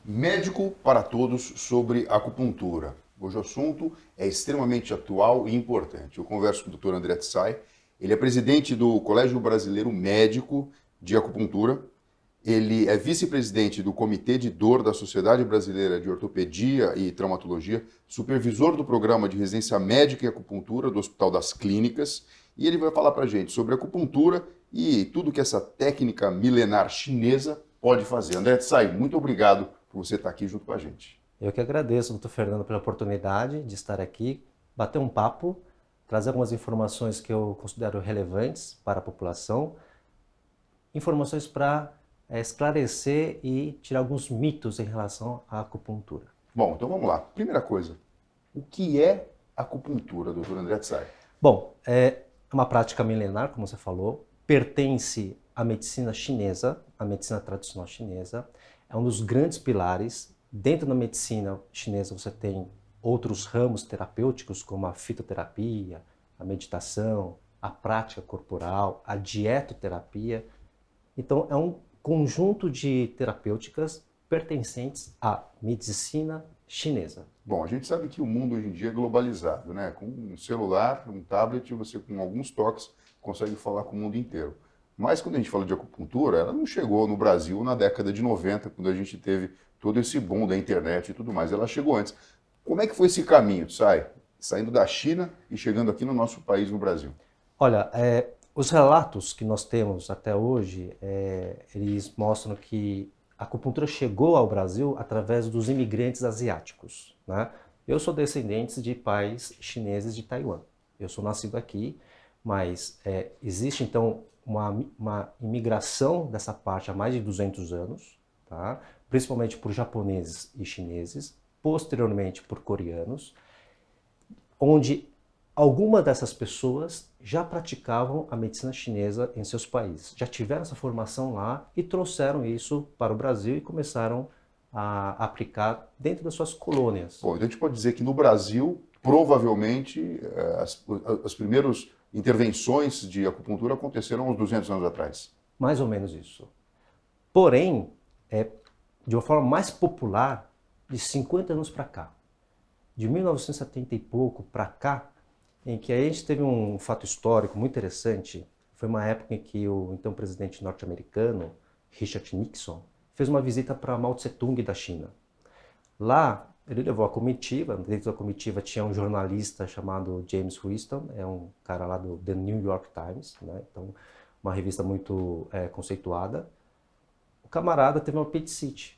Médico para todos sobre acupuntura. Hoje o assunto é extremamente atual e importante. Eu converso com o Dr. André Tsai. Ele é presidente do Colégio Brasileiro Médico de Acupuntura. Ele é vice-presidente do Comitê de Dor da Sociedade Brasileira de Ortopedia e Traumatologia, supervisor do programa de residência médica e acupuntura do Hospital das Clínicas. E ele vai falar para a gente sobre acupuntura e tudo que essa técnica milenar chinesa pode fazer. André Tsai, muito obrigado por você estar aqui junto com a gente. Eu que agradeço, doutor Fernando, pela oportunidade de estar aqui, bater um papo, trazer algumas informações que eu considero relevantes para a população, informações para esclarecer e tirar alguns mitos em relação à acupuntura. Bom, então vamos lá. Primeira coisa, o que é acupuntura, doutor André Tsai? Bom, é uma prática milenar, como você falou, pertence à medicina chinesa, à medicina tradicional chinesa, é um dos grandes pilares. Dentro da medicina chinesa você tem outros ramos terapêuticos, como a fitoterapia, a meditação, a prática corporal, a dietoterapia. Então é um conjunto de terapêuticas pertencentes à medicina chinesa. Bom, a gente sabe que o mundo hoje em dia é globalizado, né? Com um celular, um tablet, você com alguns toques consegue falar com o mundo inteiro. Mas quando a gente fala de acupuntura, ela não chegou no Brasil na década de 90, quando a gente teve todo esse boom da internet e tudo mais. Ela chegou antes. Como é que foi esse caminho, Tsai? Saindo da China e chegando aqui no nosso país, no Brasil? Olha, os relatos que nós temos até hoje, eles mostram que a acupuntura chegou ao Brasil através dos imigrantes asiáticos, né? Eu sou descendente de pais chineses de Taiwan. Eu sou nascido aqui, mas existe então uma imigração dessa parte há mais de 200 anos, tá? Principalmente por japoneses e chineses, posteriormente por coreanos, onde algumas dessas pessoas já praticavam a medicina chinesa em seus países, já tiveram essa formação lá e trouxeram isso para o Brasil e começaram a aplicar dentro das suas colônias. Bom, então a gente pode dizer que no Brasil, provavelmente, as primeiras intervenções de acupuntura aconteceram uns 200 anos atrás. Mais ou menos isso. Porém, de uma forma mais popular, de 50 anos para cá. De 1970 e pouco para cá, em que a gente teve um fato histórico muito interessante. Foi uma época em que o então presidente norte-americano, Richard Nixon, fez uma visita para Mao Tse-tung da China. Lá, ele levou a comitiva, dentro da comitiva tinha um jornalista chamado James Houston, é um cara lá do The New York Times, né? Então, uma revista muito conceituada. O camarada teve uma apendicite.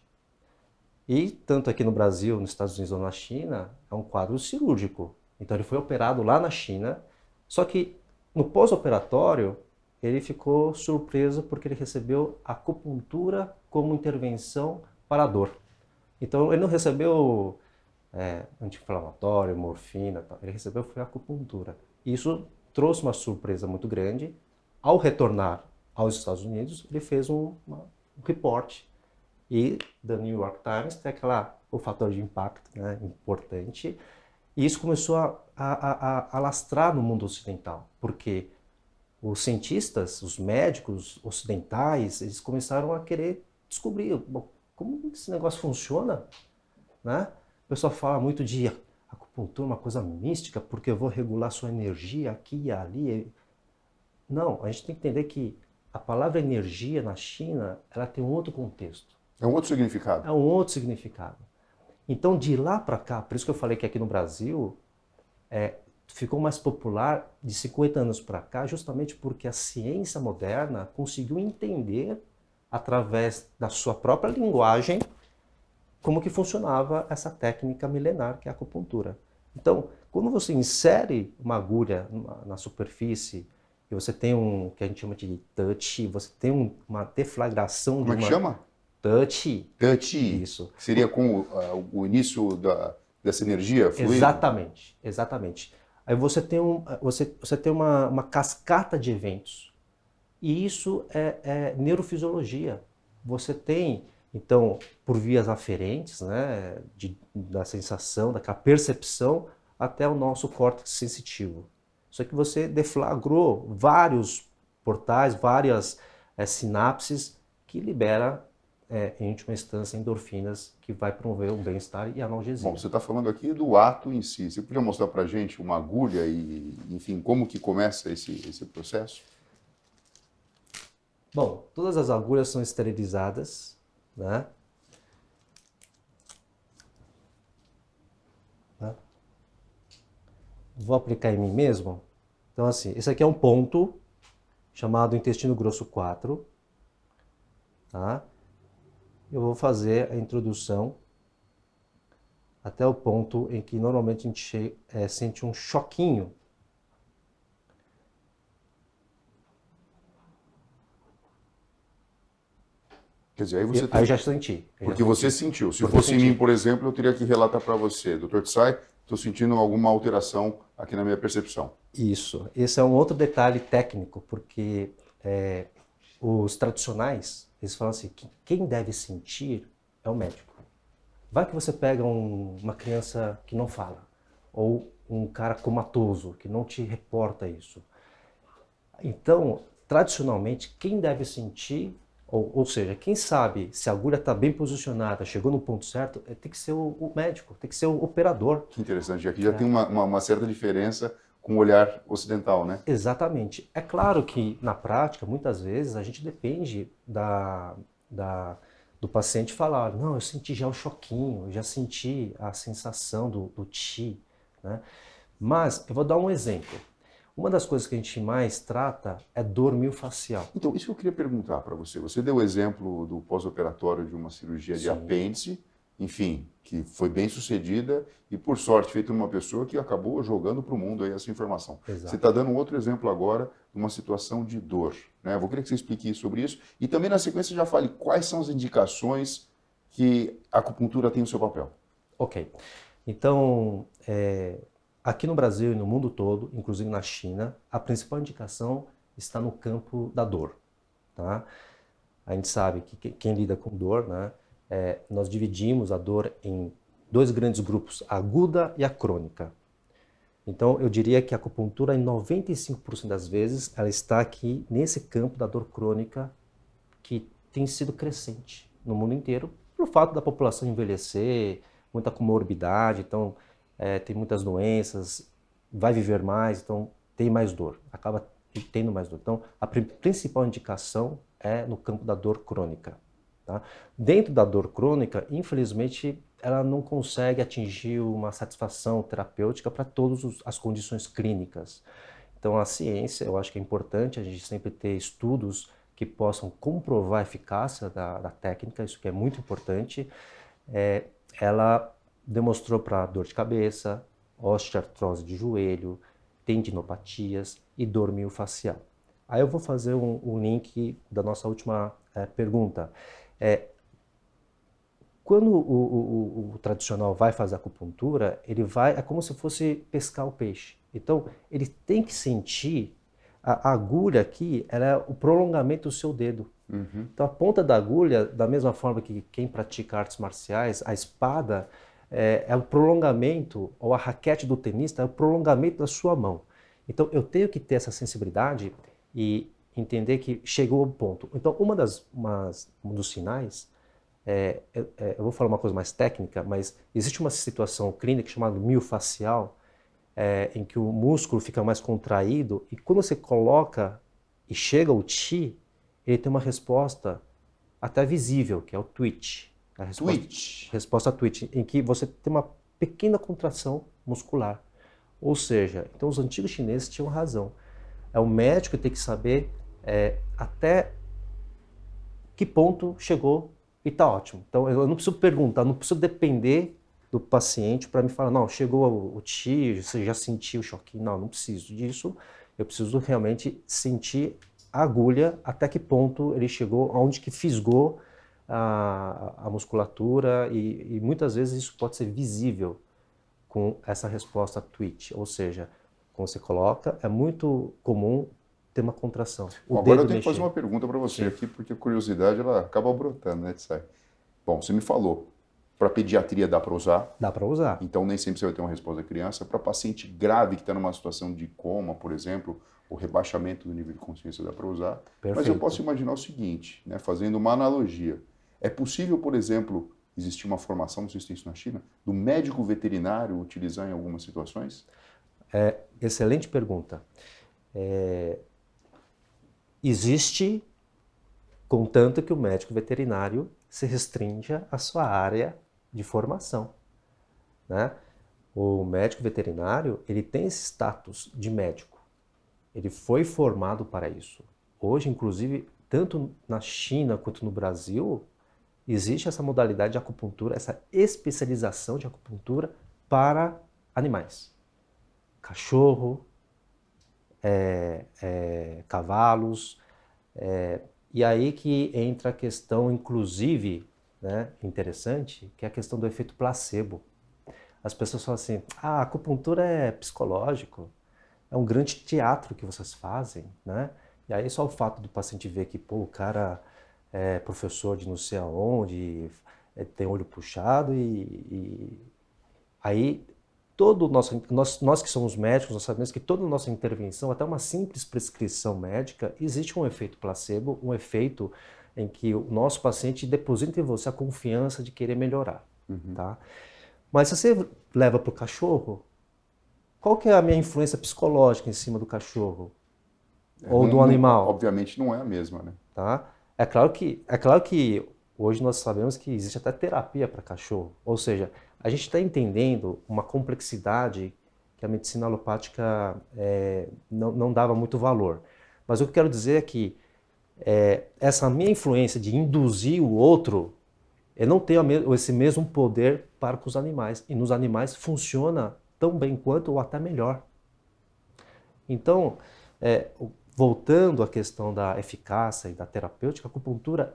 E tanto aqui no Brasil, nos Estados Unidos ou na China, é um quadro cirúrgico. Então ele foi operado lá na China, só que no pós-operatório ele ficou surpreso porque ele recebeu acupuntura como intervenção para a dor. Então ele não recebeu anti-inflamatório, morfina, tal. Ele recebeu foi acupuntura. Isso trouxe uma surpresa muito grande. Ao retornar aos Estados Unidos, ele fez um reporte. E The New York Times tem o fator de impacto, né, importante. E isso começou a alastrar no mundo ocidental, porque os cientistas, os médicos ocidentais, eles começaram a querer descobrir como esse negócio funciona, né? O pessoal fala muito de acupuntura, uma coisa mística, porque eu vou regular sua energia aqui e ali. Não, a gente tem que entender que a palavra energia na China, ela tem um outro contexto. É um outro significado. É um outro significado. Então, de lá para cá, por isso que eu falei que aqui no Brasil ficou mais popular de 50 anos para cá, justamente porque a ciência moderna conseguiu entender, através da sua própria linguagem, como que funcionava essa técnica milenar que é a acupuntura. Então, quando você insere uma agulha na superfície, e você tem o que a gente chama de touch, você tem uma deflagração Como é que chama? Touch. Touch. Isso. Seria com o início dessa energia fluida? Exatamente, exatamente. Aí você tem, você tem uma cascata de eventos. E isso é neurofisiologia. Você tem, então, por vias aferentes, né, da sensação, daquela percepção, até o nosso córtex sensitivo. Só que você deflagrou vários portais, várias sinapses que libera em última instância, endorfinas, que vai promover o bem-estar e a analgesia. Bom, você está falando aqui do ato em si. Você podia mostrar para a gente uma agulha e, enfim, como que começa esse processo? Bom, todas as agulhas são esterilizadas, né? Vou aplicar em mim mesmo. Então, assim, esse aqui é um ponto chamado intestino grosso 4, tá? Eu vou fazer a introdução até o ponto em que normalmente a gente sente um choquinho. Quer dizer, aí você Aí eu já senti. Porque você sentiu. Se fosse em mim, por exemplo, eu teria que relatar para você, Dr. Tsai, estou sentindo alguma alteração aqui na minha percepção. Isso. Esse é um outro detalhe técnico, porque os tradicionais, eles falam assim, que quem deve sentir é o médico. Vai que você pega uma criança que não fala, ou um cara comatoso, que não te reporta isso. Então, tradicionalmente, quem deve sentir, ou seja, quem sabe se a agulha está bem posicionada, chegou no ponto certo, tem que ser o médico, tem que ser o operador. Que interessante. Aqui já tem uma certa diferença com o olhar ocidental, né? Exatamente. É claro que, na prática, muitas vezes, a gente depende do paciente falar, não, eu senti já o choquinho, eu já senti a sensação do chi, né? Mas, eu vou dar um exemplo. Uma das coisas que a gente mais trata é dor miofascial. Então, isso que eu queria perguntar para você. Você deu o exemplo do pós-operatório de uma cirurgia de apêndice, enfim, que foi bem sucedida e, por sorte, feita uma pessoa que acabou jogando para o mundo aí essa informação. Exato. Você está dando um outro exemplo agora de uma situação de dor, né? Vou querer que você explique sobre isso e também, na sequência, já fale quais são as indicações que a acupuntura tem no seu papel. Ok. Então, aqui no Brasil e no mundo todo, inclusive na China, a principal indicação está no campo da dor, tá? A gente sabe que quem lida com dor, né, nós dividimos a dor em dois grandes grupos, a aguda e a crônica. Então, eu diria que a acupuntura, em 95% das vezes, ela está aqui nesse campo da dor crônica que tem sido crescente no mundo inteiro, pelo fato da população envelhecer, muita comorbidade, então tem muitas doenças, vai viver mais, então tem mais dor, acaba tendo mais dor. Então, a principal indicação é no campo da dor crônica. Tá? Dentro da dor crônica, infelizmente, ela não consegue atingir uma satisfação terapêutica para todas as condições clínicas. Então, a ciência, eu acho que é importante a gente sempre ter estudos que possam comprovar a eficácia da técnica, isso que é muito importante. Ela demonstrou para dor de cabeça, osteoartrose de joelho, tendinopatias e dor miofascial. Aí eu vou fazer um link da nossa última pergunta. Quando o tradicional vai fazer acupuntura, é como se fosse pescar o peixe. Então, ele tem que sentir, a agulha aqui, ela é o prolongamento do seu dedo. Uhum. Então, a ponta da agulha, da mesma forma que quem pratica artes marciais, a espada é o prolongamento, ou a raquete do tenista é o prolongamento da sua mão. Então, eu tenho que ter essa sensibilidade e entender que chegou ao ponto. Então, um dos sinais, eu vou falar uma coisa mais técnica, mas existe uma situação clínica chamada miofascial, em que o músculo fica mais contraído e quando você coloca e chega o chi, ele tem uma resposta até visível, que é o twitch. A resposta twitch, em que você tem uma pequena contração muscular. Ou seja, então os antigos chineses tinham razão. É o médico que tem que saber até que ponto chegou e está ótimo. Então eu não preciso perguntar, não preciso depender do paciente para me falar, não, chegou o chi, você já sentiu o choquinho. Não preciso disso. Eu preciso realmente sentir a agulha, até que ponto ele chegou, aonde que fisgou a musculatura e muitas vezes isso pode ser visível com essa resposta twitch, ou seja, quando você coloca, é muito comum ter uma contração. Agora eu tenho que fazer uma pergunta para você aqui, porque a curiosidade ela acaba brotando, né, Tsai? Bom, você me falou, para pediatria dá para usar? Dá para usar. Então nem sempre você vai ter uma resposta da criança. Para paciente grave que está numa situação de coma, por exemplo, o rebaixamento do nível de consciência dá para usar. Perfeito. Mas eu posso imaginar o seguinte, né, fazendo uma analogia. É possível, por exemplo, existir uma formação, não sei se tem isso na China, do médico veterinário utilizar em algumas situações? Excelente pergunta. Existe, contanto que o médico veterinário se restrinja à sua área de formação, né? O médico veterinário, ele tem esse status de médico. Ele foi formado para isso. Hoje, inclusive, tanto na China quanto no Brasil, existe essa modalidade de acupuntura, essa especialização de acupuntura para animais. Cachorro, cavalos. E aí que entra a questão, inclusive, né, interessante, que é a questão do efeito placebo. As pessoas falam assim, a acupuntura é psicológico, é um grande teatro que vocês fazem, né? E aí só o fato do paciente ver que, pô, o cara é professor de não sei aonde, tem olho puxado e aí todo nós que somos médicos, nós sabemos que toda nossa intervenção, até uma simples prescrição médica, existe um efeito placebo, um efeito em que o nosso paciente deposita em você a confiança de querer melhorar, tá? Mas se você leva para o cachorro, qual que é a minha influência psicológica em cima do cachorro? Ou do animal? Obviamente não é a mesma, né? Tá? É claro que hoje nós sabemos que existe até terapia para cachorro. Ou seja, a gente está entendendo uma complexidade que a medicina alopática não dava muito valor. Mas o que eu quero dizer é que essa minha influência de induzir o outro, eu não tenho esse mesmo poder para com os animais. E nos animais funciona tão bem quanto ou até melhor. Então, voltando à questão da eficácia e da terapêutica, a acupuntura,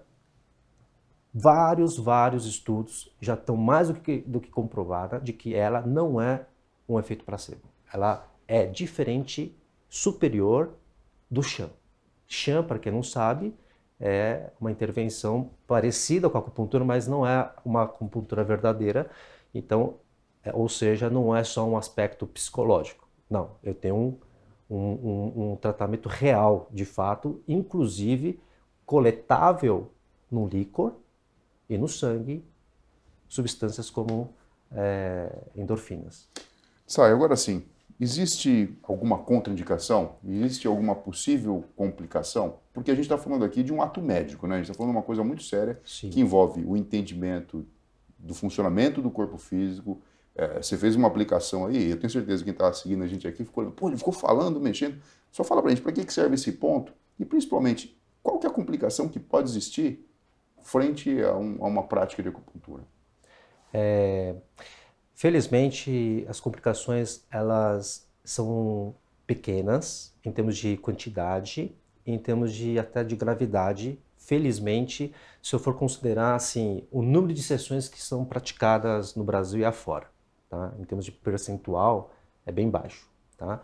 vários estudos já estão mais do que comprovada de que ela não é um efeito placebo. Ela é diferente, superior do Shan. Shan, para quem não sabe, é uma intervenção parecida com a acupuntura, mas não é uma acupuntura verdadeira. Então, ou seja, não é só um aspecto psicológico. Não, eu tenho um tratamento real, de fato, inclusive coletável no líquor e no sangue, substâncias como endorfinas. Sai, agora sim, existe alguma contraindicação? Existe alguma possível complicação? Porque a gente está falando aqui de um ato médico, né? A gente está falando de uma coisa muito séria. Sim. Que envolve o entendimento do funcionamento do corpo físico. Você fez uma aplicação aí, eu tenho certeza que quem está seguindo a gente aqui ficou, pô, ele ficou falando, mexendo. Só fala pra gente para que serve esse ponto e, principalmente, qual que é a complicação que pode existir frente a uma prática de acupuntura? Felizmente, as complicações, elas são pequenas em termos de quantidade, em termos até de gravidade. Felizmente, se eu for considerar assim, o número de sessões que são praticadas no Brasil e afora, tá? Em termos de percentual, é bem baixo, tá?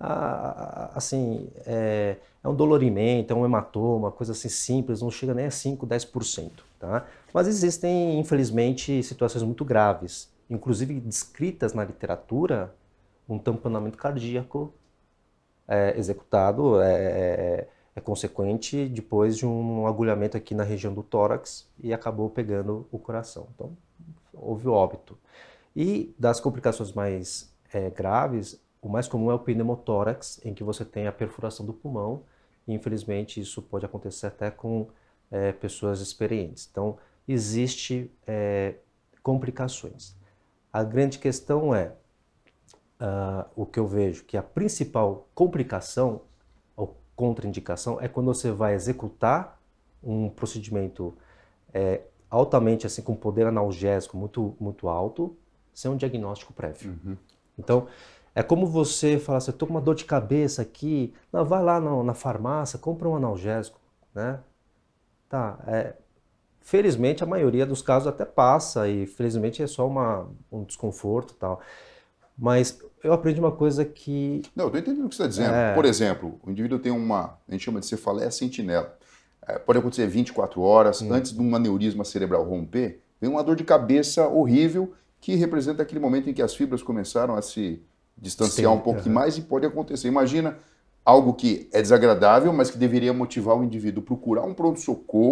É um dolorimento, é um hematoma, coisa assim simples, não chega nem a 5, 10%, tá? Mas existem, infelizmente, situações muito graves, inclusive descritas na literatura, um tamponamento cardíaco executado, é consequente depois de um agulhamento aqui na região do tórax e acabou pegando o coração. Então, houve óbito. E das complicações mais graves, o mais comum é o pneumotórax, em que você tem a perfuração do pulmão, e infelizmente isso pode acontecer até com pessoas experientes. Então, existe complicações. A grande questão é, o que eu vejo, que a principal complicação ou contraindicação é quando você vai executar um procedimento altamente, assim, com poder analgésico muito, muito alto, sem um diagnóstico prévio. Uhum. Então, é como você falar assim, eu estou com uma dor de cabeça aqui, não, vai lá na farmácia, compra um analgésico, né? Tá, felizmente a maioria dos casos até passa e felizmente é só um desconforto e tal. Mas eu aprendi uma coisa que... Não, eu estou entendendo o que você está dizendo. Por exemplo, o indivíduo tem a gente chama de cefaleia sentinela. Pode acontecer 24 horas, antes de um aneurisma cerebral romper, vem uma dor de cabeça horrível que representa aquele momento em que as fibras começaram a se distanciar um pouco mais e pode acontecer. Imagina algo que é desagradável, mas que deveria motivar o indivíduo a procurar um pronto-socorro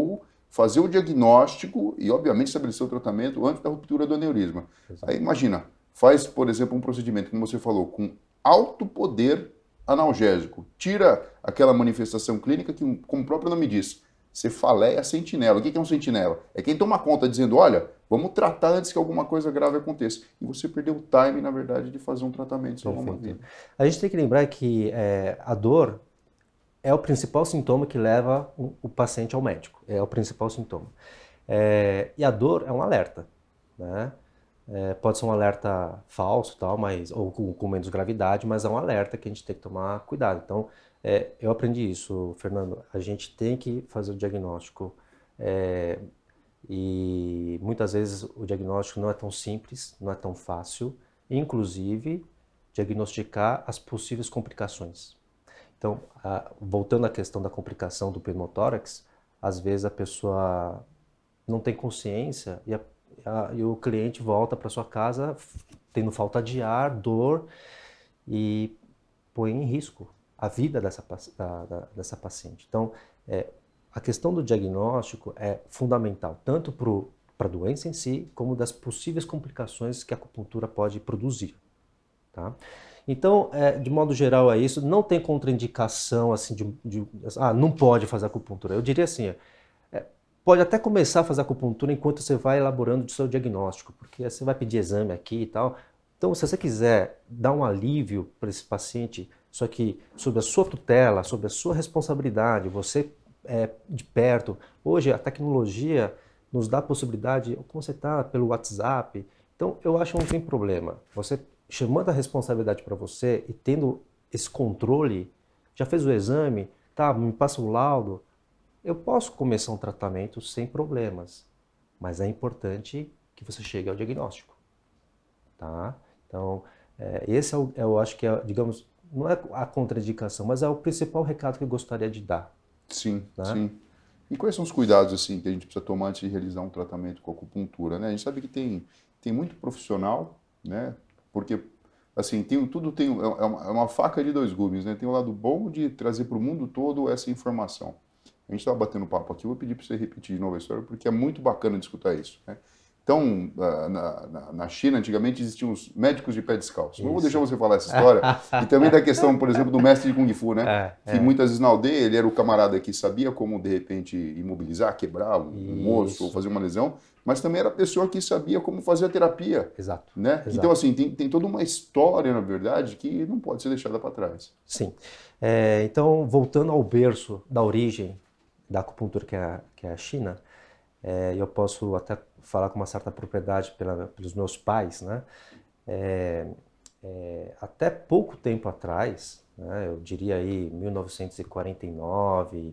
fazer o diagnóstico e, obviamente, estabelecer o tratamento antes da ruptura do aneurisma. Exato. Aí, imagina, faz, por exemplo, um procedimento, como você falou, com alto poder analgésico. Tira aquela manifestação clínica que, como o próprio nome diz, cefaleia sentinela. O que é um sentinela? É quem toma conta dizendo, olha, vamos tratar antes que alguma coisa grave aconteça. E você perdeu o time, na verdade, de fazer um tratamento e salvar uma vida. A gente tem que lembrar que a dor é o principal sintoma que leva o paciente ao médico. É o principal sintoma. E a dor é um alerta, né? Pode ser um alerta falso, tal, ou com menos gravidade, mas é um alerta que a gente tem que tomar cuidado. Então, eu aprendi isso, Fernando. A gente tem que fazer o diagnóstico e muitas vezes o diagnóstico não é tão simples, não é tão fácil, inclusive diagnosticar as possíveis complicações. Então, voltando à questão da complicação do pneumotórax, às vezes a pessoa não tem consciência e o cliente volta para sua casa tendo falta de ar, dor e põe em risco a vida dessa paciente. Então, a questão do diagnóstico é fundamental, tanto para a doença em si, como das possíveis complicações que a acupuntura pode produzir. Tá? Então, de modo geral é isso, não tem contraindicação assim não pode fazer acupuntura. Eu diria assim, pode até começar a fazer acupuntura enquanto você vai elaborando o seu diagnóstico, porque você vai pedir exame aqui e tal. Então, se você quiser dar um alívio para esse paciente, só que sob a sua tutela, sob a sua responsabilidade, você de perto. Hoje a tecnologia nos dá a possibilidade, como você está, pelo WhatsApp. Então, eu acho que não tem problema. Você chamando a responsabilidade para você e tendo esse controle, já fez o exame, tá, me passa o laudo, eu posso começar um tratamento sem problemas, mas é importante que você chegue ao diagnóstico, tá? Então, esse eu acho que digamos, não é a contraindicação, mas é o principal recado que eu gostaria de dar. Sim, né? sim. E quais são os cuidados assim que a gente precisa tomar antes de realizar um tratamento com acupuntura, né? A gente sabe que tem muito profissional, né? Porque assim, é uma faca de dois gumes, né? Tem o lado bom de trazer para o mundo todo essa informação. A gente estava batendo papo aqui, eu vou pedir para você repetir de novo a história, porque é muito bacana de escutar isso, né? Então, na China, antigamente, existiam os médicos de pé descalço. Não vou deixar você falar essa história. E também da questão, por exemplo, do mestre de Kung Fu, né? Que muitas vezes na aldeia ele era o camarada que sabia como, de repente, imobilizar, quebrar um osso ou fazer uma lesão, mas também era a pessoa que sabia como fazer a terapia. Exato. Né? Exato. Então, assim, tem toda uma história, na verdade, que não pode ser deixada para trás. Sim. Então, voltando ao berço da origem da acupuntura, que é a China, eu posso até falar com uma certa propriedade pelos meus pais, né? Até pouco tempo atrás, né, eu diria aí 1949,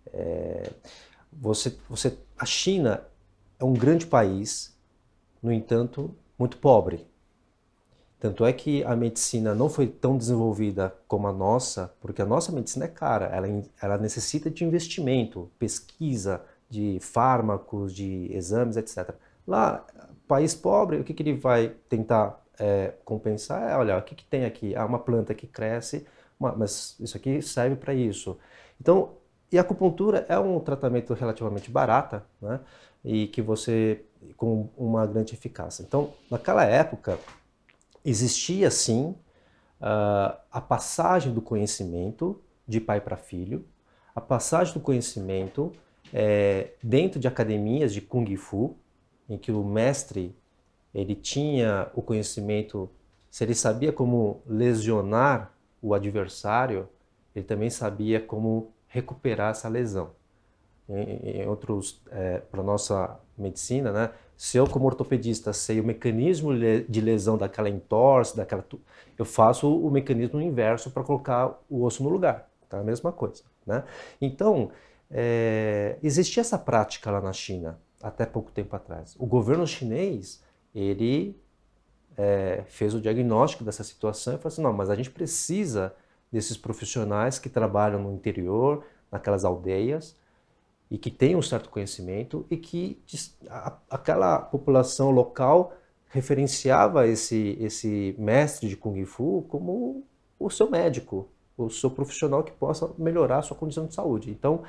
a China é um grande país, no entanto, muito pobre. Tanto é que a medicina não foi tão desenvolvida como a nossa, porque a nossa medicina é cara, ela necessita de investimento, pesquisa, de fármacos, de exames, etc. Lá, país pobre, o que ele vai tentar compensar olha, o que tem aqui? Uma planta que cresce, mas isso aqui serve para isso. Então, e a acupuntura é um tratamento relativamente barato, né? E que com uma grande eficácia. Então, naquela época, existia sim a passagem do conhecimento de pai para filho, a passagem do conhecimento dentro de academias de Kung Fu, em que o mestre ele tinha o conhecimento, se ele sabia como lesionar o adversário, ele também sabia como recuperar essa lesão. Em outros, para a nossa medicina, né? Se eu como ortopedista sei o mecanismo de lesão daquela entorse, eu faço o mecanismo inverso para colocar o osso no lugar, tá? A mesma coisa, né? Então, existia essa prática lá na China, até pouco tempo atrás. O governo chinês, ele fez o diagnóstico dessa situação e falou assim, não, mas a gente precisa desses profissionais que trabalham no interior, naquelas aldeias, e que tem um certo conhecimento e que aquela população local referenciava esse mestre de Kung Fu como o seu médico, o seu profissional que possa melhorar a sua condição de saúde. Então,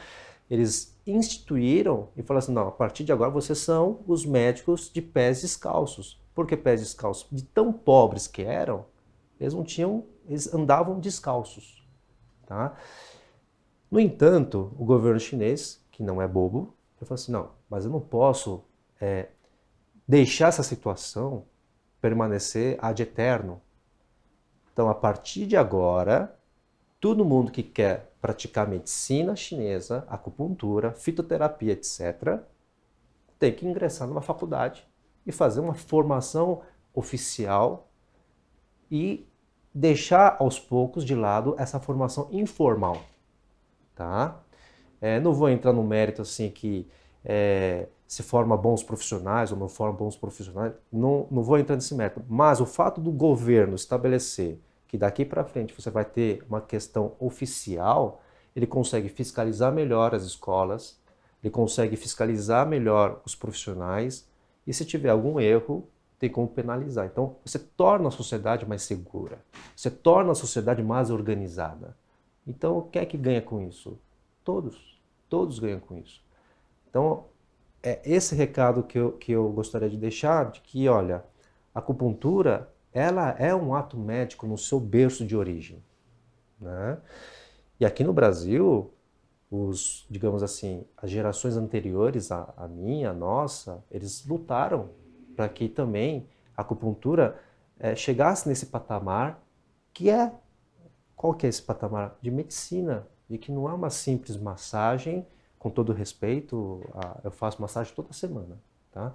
eles instituíram e falaram assim, não, a partir de agora vocês são os médicos de pés descalços. Por que pés descalços? De tão pobres que eram, eles andavam descalços. Tá? No entanto, o governo chinês, que não é bobo, ele falou assim, não, mas eu não posso deixar essa situação permanecer ad eterno. Então, a partir de agora, todo mundo que quer praticar medicina chinesa, acupuntura, fitoterapia, etc., tem que ingressar numa faculdade e fazer uma formação oficial e deixar aos poucos de lado essa formação informal. Tá? Não vou entrar no mérito assim que se forma bons profissionais ou não forma bons profissionais, não vou entrar nesse mérito, mas o fato do governo estabelecer que daqui para frente você vai ter uma questão oficial, ele consegue fiscalizar melhor as escolas, ele consegue fiscalizar melhor os profissionais e se tiver algum erro, tem como penalizar. Então, você torna a sociedade mais segura, você torna a sociedade mais organizada. Então, quem é que ganha com isso? Todos ganham com isso. Então, é esse recado que eu gostaria de deixar, de que, olha, a acupuntura, ela é um ato médico no seu berço de origem. Né? E aqui no Brasil, digamos assim, as gerações anteriores, a minha, a nossa, eles lutaram para que também a acupuntura chegasse nesse patamar qual que é esse patamar? De medicina, e que não é uma simples massagem, com todo respeito, eu faço massagem toda semana, tá?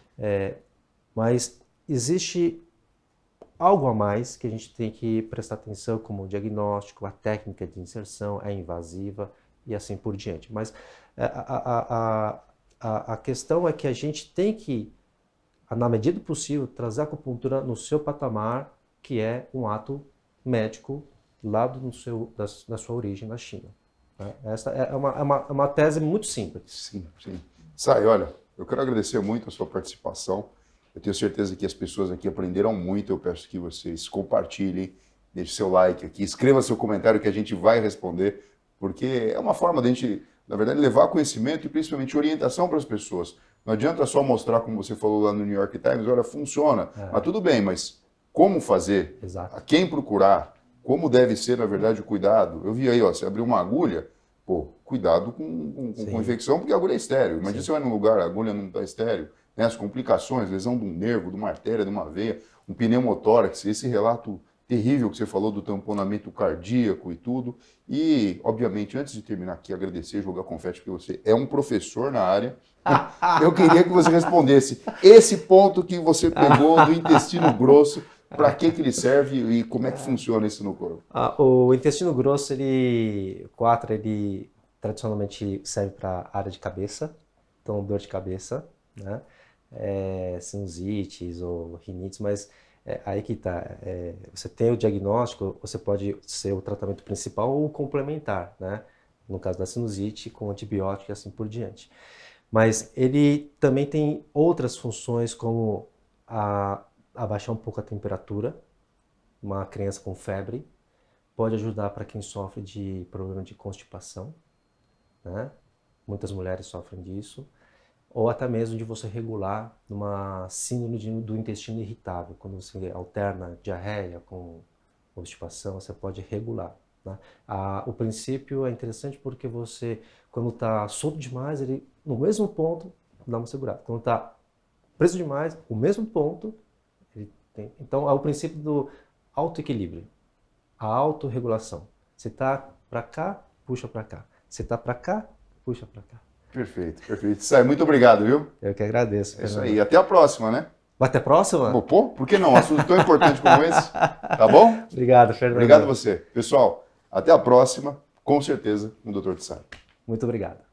Mas existe algo a mais que a gente tem que prestar atenção, como o diagnóstico, a técnica de inserção, é invasiva e assim por diante. Mas a questão é que a gente tem que, na medida do possível, trazer a acupuntura no seu patamar, que é um ato médico lá da sua origem na China. Essa é uma tese muito simples. Sim, sim. Sai, olha, eu quero agradecer muito a sua participação. Eu tenho certeza que as pessoas aqui aprenderam muito. Eu peço que vocês compartilhem, deixem seu like aqui, escreva seu comentário que a gente vai responder, porque é uma forma de a gente, na verdade, levar conhecimento e principalmente orientação para as pessoas. Não adianta só mostrar, como você falou lá no New York Times, olha, funciona. Mas tudo bem, mas como fazer? Exato. A quem procurar? Como deve ser, na verdade, o cuidado? Eu vi aí, ó, você abriu uma agulha, cuidado com infecção, porque a agulha é estéril. Imagina você vai num lugar, a agulha não está estéril. Né? As complicações, lesão de um nervo, de uma artéria, de uma veia, um pneumotórax, esse relato terrível que você falou do tamponamento cardíaco e tudo. E, obviamente, antes de terminar aqui, agradecer, jogar confete, porque você é um professor na área. Eu queria que você respondesse esse ponto que você pegou do intestino grosso. Para que ele serve e como é que funciona isso no corpo? O intestino grosso, ele tradicionalmente serve para área de cabeça, então dor de cabeça, né? Sinusites ou rinites, mas aí que tá. Você tem o diagnóstico, você pode ser o tratamento principal ou complementar, né? No caso da sinusite, com antibiótico e assim por diante. Mas ele também tem outras funções, como abaixar um pouco a temperatura. Uma criança com febre pode ajudar para quem sofre de problema de constipação, né? Muitas mulheres sofrem disso. Ou até mesmo de você regular uma síndrome do intestino irritável. Quando você alterna diarreia com constipação, você pode regular, né? O princípio é interessante porque você, quando está solto demais, ele no mesmo ponto dá uma segurada. Quando está preso demais, o mesmo ponto. Então, é o princípio do autoequilíbrio, a autorregulação. Se está para cá, puxa para cá. Se está para cá, puxa para cá. Perfeito, perfeito. Sai, muito obrigado, viu? Eu que agradeço. É isso aí. Até a próxima, né? Até a próxima? Pô, por que não? Um assunto tão importante como esse. Tá bom? Obrigado, Fernando. Obrigado a você. Pessoal, até a próxima, com certeza, com o Dr. Tsai. Muito obrigado.